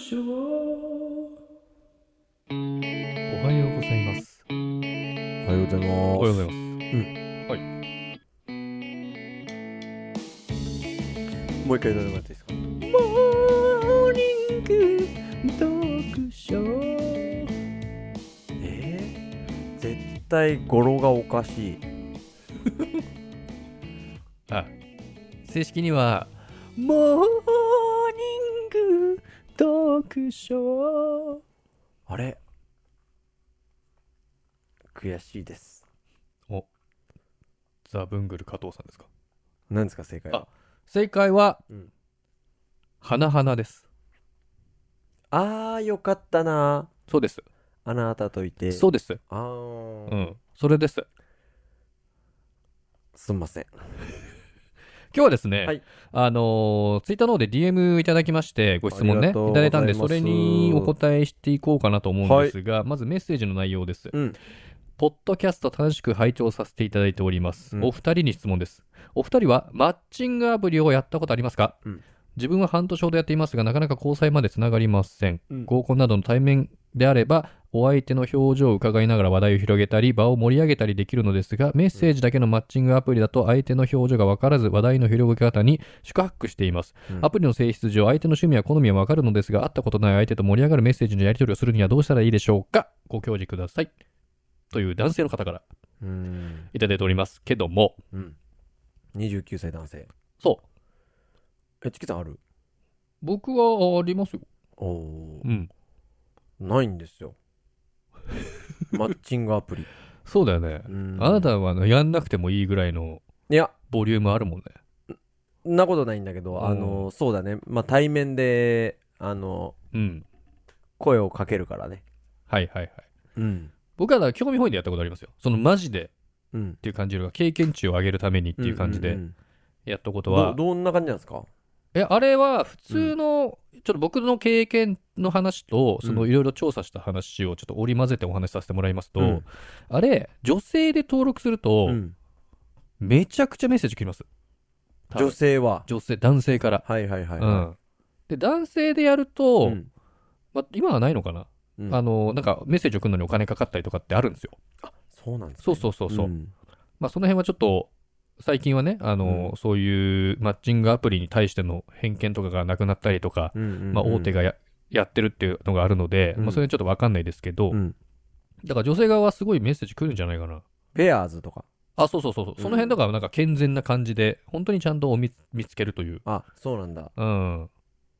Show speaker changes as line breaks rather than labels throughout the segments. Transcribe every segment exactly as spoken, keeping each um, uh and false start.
ショー。おはようございます。
おはようございます。
おはようございます。
うん。
はい。
もう一回どうでもらっていいですか。
モーニング読書。
えー、絶対語呂がおかしい。
あ、正式にはモーニング読書。
あれ、悔しいです。
お、ザ・ブングル加藤さんですか。
何ですか正解は。
あ、正解は、
うん、
花々です。
あーよかったな。
そうです。
あなたといて。
そうです。
あー、
うん、それです。
すんません。
今日はですね、
はい、
あのー、ツイッターの方で ディーエム いただきまして、ご質問ね、いただいたんで、それにお答えしていこうかなと思うんですが、はい、まずメッセージの内容です。
うん。
ポッドキャスト楽しく拝聴させていただいております。
うん、
お二人に質問です。お二人はマッチングアプリをやったことありますか？
うん、
自分は半年ほどやっていますが、なかなか交際までつながりません。
うん、
合コンなどの対面であれば、お相手の表情を伺いながら話題を広げたり、場を盛り上げたりできるのですが、メッセージだけのマッチングアプリだと相手の表情が分からず、話題の広げ方に四苦八苦しています。うん、アプリの性質上、相手の趣味や好みは分かるのですが、会ったことない相手と盛り上がるメッセージのやり取りをするにはどうしたらいいでしょうか？ご教示ください。という男性の方からいただいておりますけども、
うん、にじゅうきゅうさい男性。
そう。
え、チキさんある？
僕はありますよ。
おー、
うん、
ないんですよ。マッチングアプリ。
そうだよね。あなたはやんなくてもいいぐらいの
いや
ボリュームあるもんね。
そんなことないんだけど、あのそうだね、まあ対面であの、うん、声をかけるからね。
はいはいはい。
うん。
僕はだ興味本位でやったことありますよ。そのマジで、うん、っていう感じより経験値を上げるためにっていう感じでやったことは。
うんうんうん、ど, どんな感じなんですか？
え、あれは普通の、うん、ちょっと僕の経験の話と、そのいろいろ調査した話をちょっと織り交ぜてお話しさせてもらいますと、うん、あれ、女性で登録すると、うん、めちゃくちゃメッセージ来ます。
女性は
女性、男性から。
はいはいはい、はい、うん。
で、男性でやると、うん、ま、今はないのかな、うん、あの、なんかメッセージを送るのにお金かかったりとかってあるんですよ。
あ、そうなんですね。
そうそうそうそう。うん、まあその辺はちょっと、最近はね、あの、うん、そういうマッチングアプリに対しての偏見とかがなくなったりとか、うんうんうん、まあ大手が や, やってるっていうのがあるので、うん、まあそれちょっとわかんないですけど、うん、だから女性側はすごいメッセージ来るんじゃないかな。
ペアーズとか。
あ、そうそうそうそう、うん、その辺とかはなんか健全な感じで、本当にちゃんと見つけるという。
あ、そうなんだ。
うん。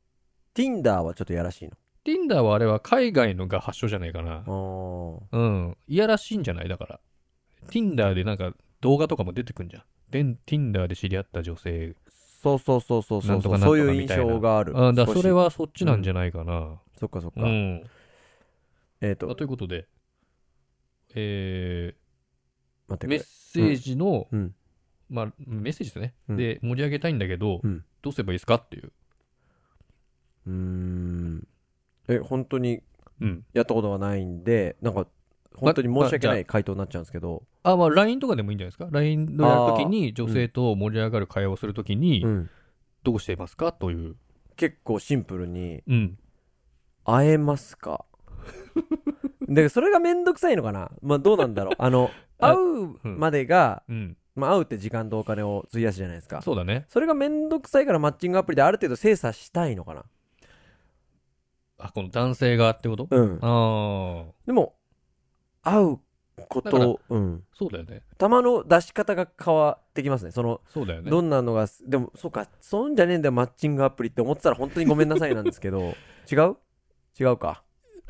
Tinder はちょっとやらしいの？
Tinder はあれは海外のが発祥じゃないかな。うん。いやらしいんじゃないだから。Tinder でなんか動画とかも出てくんじゃん。で Tinder で知り合った女性。
そうそうそうそうそう。
なんとかなんとかみたいな。
そういう印象がある。
あ、だそれはそっちなんじゃないかな。うん、
そっかそっか。うん。えっ、ー、と。
ということで、え
ー、待って
メッセージの、
うん、
まあ、メッセージですね、
うん。
で、盛り上げたいんだけど、うん、どうすればいいですかっていう。
うーん。え、本当にやったことがないんで、うん、なんか、本当に申し訳ない回答になっちゃうんですけど。
あ、まあ、ライン とかでもいいんじゃないですか。ライン のやるときに、女性と盛り上がる会話をするときに、うん、どうしていますかという。
結構シンプルに、
うん、
会えますかで、それがめんどくさいのかな。まあ、どうなんだろう。あの、会うまでが、うん、まあ、会うって時間とお金を費やすじゃないですか。
そうだね。
それがめんどくさいからマッチングアプリである程度精査したいのかな。
あ、この男性がってこと？うん。ああ。
でも、会うこと、うん。
そうだよね。
球の出し方が変わってきますね。その、
そうだよね。
どんなのが、でも、そうか、そんじゃねえんだよ、マッチングアプリって思ってたら本当にごめんなさいなんですけど、違う違うか。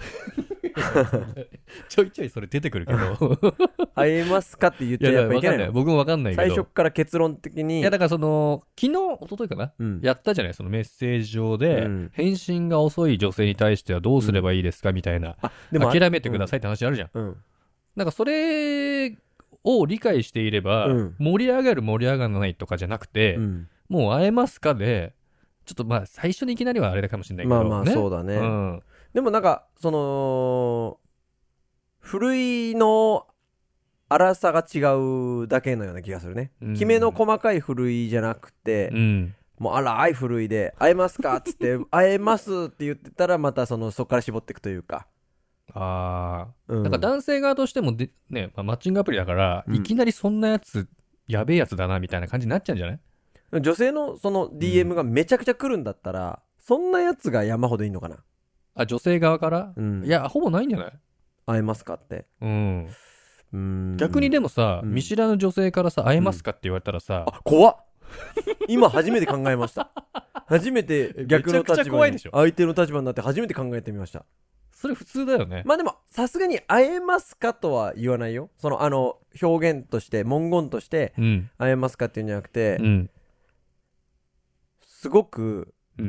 ちょいちょいそれ出てくるけど
会えますかって言っちゃやっぱいけないの。
いや、僕も分かんないけど、
最初から結論的に。
いやだからその昨日一昨日かな、うん、やったじゃない、そのメッセージ上で、うん、返信が遅い女性に対してはどうすればいいですかみたいな、うん、諦めてくださいって話あるじゃん、うん、なんかそれを理解していれば、うん、盛り上がる盛り上がらないとかじゃなくて、うん、もう会えますかでちょっとまあ最初にいきなりはあれかもしれないけど、
まあまあそうだね、うん、でもなんかそのふるいの粗さが違うだけのような気がするね、うん、きめの細かいふるいじゃなくて、うん、 もう荒いふるいで会えますかっつって会えますって言ってたらまたそのそこから絞っていくというか。
ああ、
うん、
なんか男性側としてもで、ね、まあ、マッチングアプリだから、
うん、
いきなりそんなやつやべえやつだなみたいな感じになっちゃうんじゃない？
女性のその ディーエム がめちゃくちゃ来るんだったら、うん、そんなやつが山ほどいいのかな。
あ、女性側から、
うん、
いやほぼないんじゃない？
会えますかって。
うん。
うーん、
逆にでもさ、
うん、
見知らぬ女性からさ会えますかって言われたらさ、
うん、あ、怖っ今初めて考えました。初めて逆の立場に相手の立場になって初めて考えてみました。
それ普通だよね。
まあでもさすがに会えますかとは言わないよ。そのあの表現として文言として会えますかっていうんじゃなくて、うん、すごく好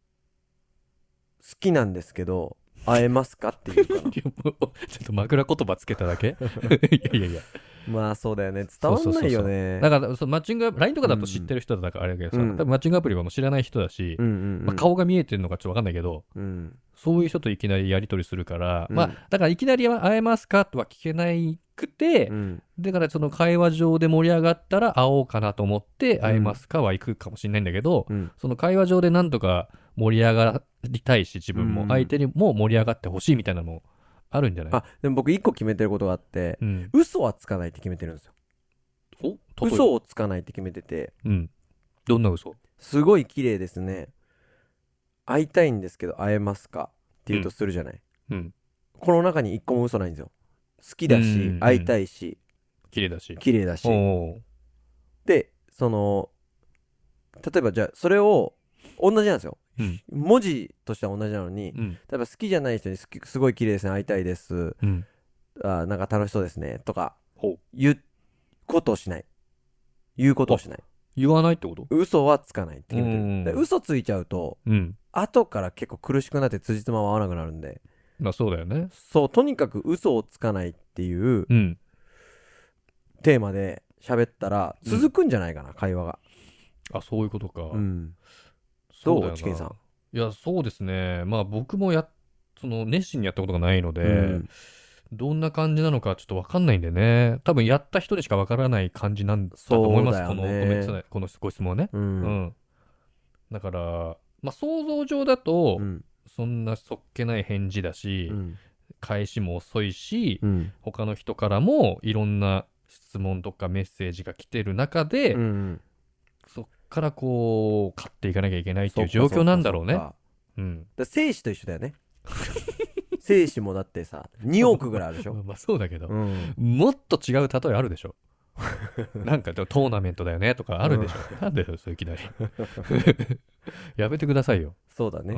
きなんですけど会えますかっていうかな。ちょ
っと枕言葉つけただけいやいやいや、
まあそうだよね、伝わんないよね。
だからそのマッチング ライン とかだと知ってる人だからあれだけどさ、うん、多分マッチングアプリはもう知らない人だし、うんうんうん、まあ、顔が見えてるのかちょっと分かんないけど、うん、そういう人といきなりやり取りするから、うん、まあだからいきなり会えますかとは聞けないくて、うん、だからその会話上で盛り上がったら会おうかなと思って会えますかは行くかもしれないんだけど、うん、その会話上でなんとか盛り上がりたいし自分も相手にも盛り上がってほしいみたいなのもあるんじゃない？
あ、でも僕一個決めてることがあって、うん、嘘はつかないって決めてるんですよ。
お
嘘をつかないって決めてて、
うん、どんな嘘？
すごい綺麗ですね、会いたいんですけど会えますかって言うとするじゃない、うんうん、この中に一個も嘘ないんですよ。好きだし、うんうん、会いたいし、
綺麗だし
綺麗だしで、その例えばじゃあそれを同じなんですよ、うん、文字としては同じなのに、うん、例えば好きじゃない人に好きすごい綺麗ですね、会いたいです、うん、あ、なんか楽しそうですねとか言うことをしない、言うことをしない、
言わないってこと？
嘘はつかないって決めてる。嘘ついちゃうと、うん、後から結構苦しくなって辻褄は合わなくなるんで。
まあそうだよね。
そう、とにかく嘘をつかないっていう、うん、テーマで喋ったら続くんじゃないかな、うん、会話が。
あ、そういうことか。うん、
どうチキンさん？
いや、そうですね。まあ僕もやその熱心にやったことがないので、うん、どんな感じなのかちょっと分かんないんでね。多分やった人にしか分からない感じなんだと思います、このこのご質問ね、うんうん、だから、まあ、想像上だと、うん、そんなそっけない返事だし、うん、返しも遅いし、うん、他の人からもいろんな質問とかメッセージが来てる中で、うんうん、そっからこう勝っていかなきゃいけないっていう状況なんだろうね。うん、
だ生死と一緒だよね。精子もだってさにおくぐらいあるでしょ。
まあそうだけど、うん、もっと違う例えあるでしょ。なんかトーナメントだよねとかあるでしょ、うん、なんでよそういきなりやめてくださいよ。
そうだね、うん、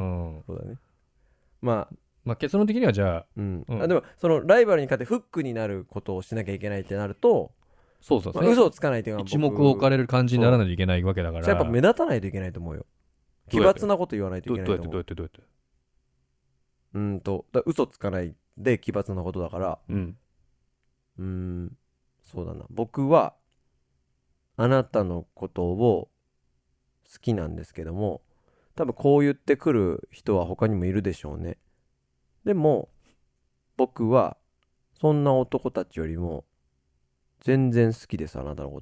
そうだね。まあ
まあ結論的にはじゃあ、
うんうん、あでもそのライバルに勝ってフックになることをしなきゃいけないってなると、
そうそうそう、
まあ、嘘をつかないっていうのは
一目置かれる感じにならないといけないわけだから、
やっぱ目立たないといけないと思うよ。奇抜なこと言わないといけないと思う。
どうやってどうやってどうやって
うんとだ嘘つかないで奇抜なことだから、うん、うーんそうだな、僕はあなたのことを好きなんですけども、多分こう言ってくる人は他にもいるでしょうね。でも僕はそんな男たちよりも全然好きです、あなたのこと。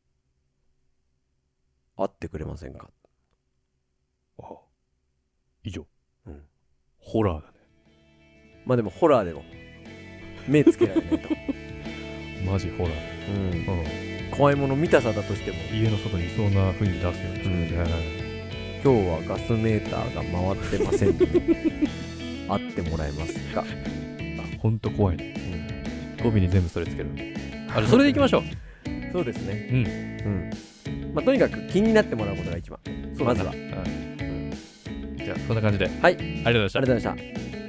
会ってくれませんか？
ああ、以上。うん、ホラーだね。
まあでもホラーでも目つけられないと
マジホラー、
うんうん、怖いもの見たさだとしても
家の外にいそうな風に出すよね、うん、
今日はガスメーターが回ってませんので会ってもらえますか？あ、
ほんと怖いね、うん、語尾に全部それつける。あれそれでいきましょう
そうですね、うん、うん、まあとにかく気になってもらうことが一番、まずは、うん、
じゃあそんな感じで、
はい、あ
りがとうございました。
ありがとうございました。